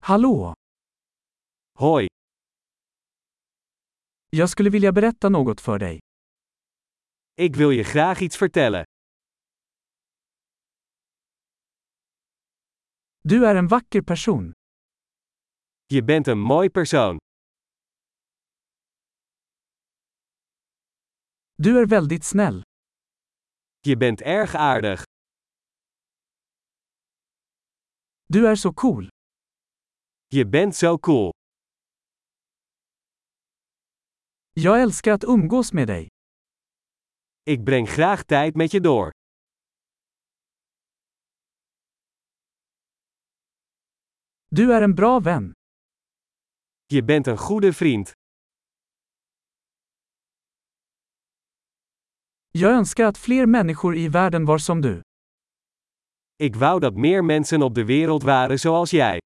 Hallå! Hoi, Jag skulle vilja berätta något för dig. ik wil je graag iets vertellen. Du är en vacker person. Je bent een mooi persoon. Du är väldigt snäll. Je bent erg aardig. Du är så cool. Je bent zo cool. Jag älskar att umgås med dig. Ik breng graag tijd met je door. Du är en bra vän. Je bent een goede vriend. Jag önskar att fler människor i världen var som du. Ik wou dat meer mensen op de wereld waren zoals jij.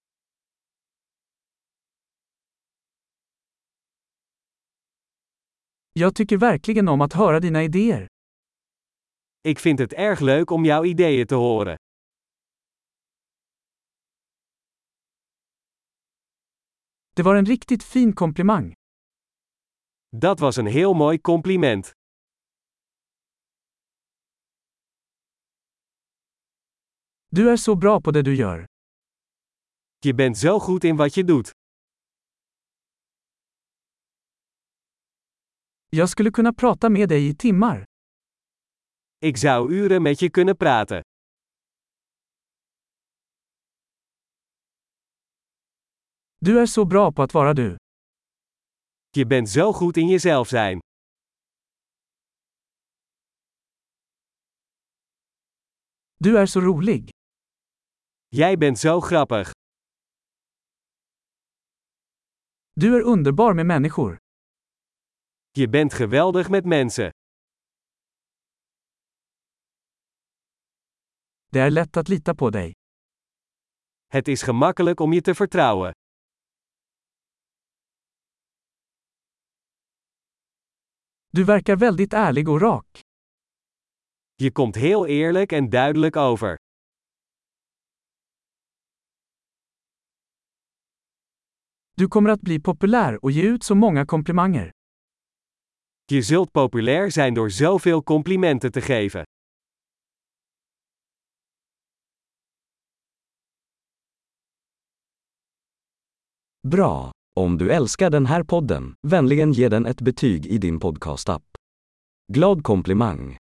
Jag tycker verkligen om att höra dina idéer. Ik vind het erg leuk om jouw ideeën te horen. Det var en riktigt fin komplimang. Dat was een heel mooi compliment. Du är så bra på det du gör. Je bent zo goed in wat je doet. Jag skulle kunna prata med dig i timmar. Ik zou uren met je kunnen praten. Du är så bra på att vara du. Je bent zo goed in jezelf zijn. Du är så rolig. Jij bent zo grappig. Du är underbar med människor. Je bent geweldig met mensen. Det är lätt att lita på dig. Het is gemakkelijk om je te vertrouwen. Du verkar väldigt ärlig och rak. Je komt heel eerlijk en duidelijk over. Du kommer att bli populär och ge ut så många komplimanger. Je zult populair zijn door zoveel complimenten te geven. Bra! Om du älskar den här podden, vänligen ge den ett betyg i din podcastapp. Glad komplimang!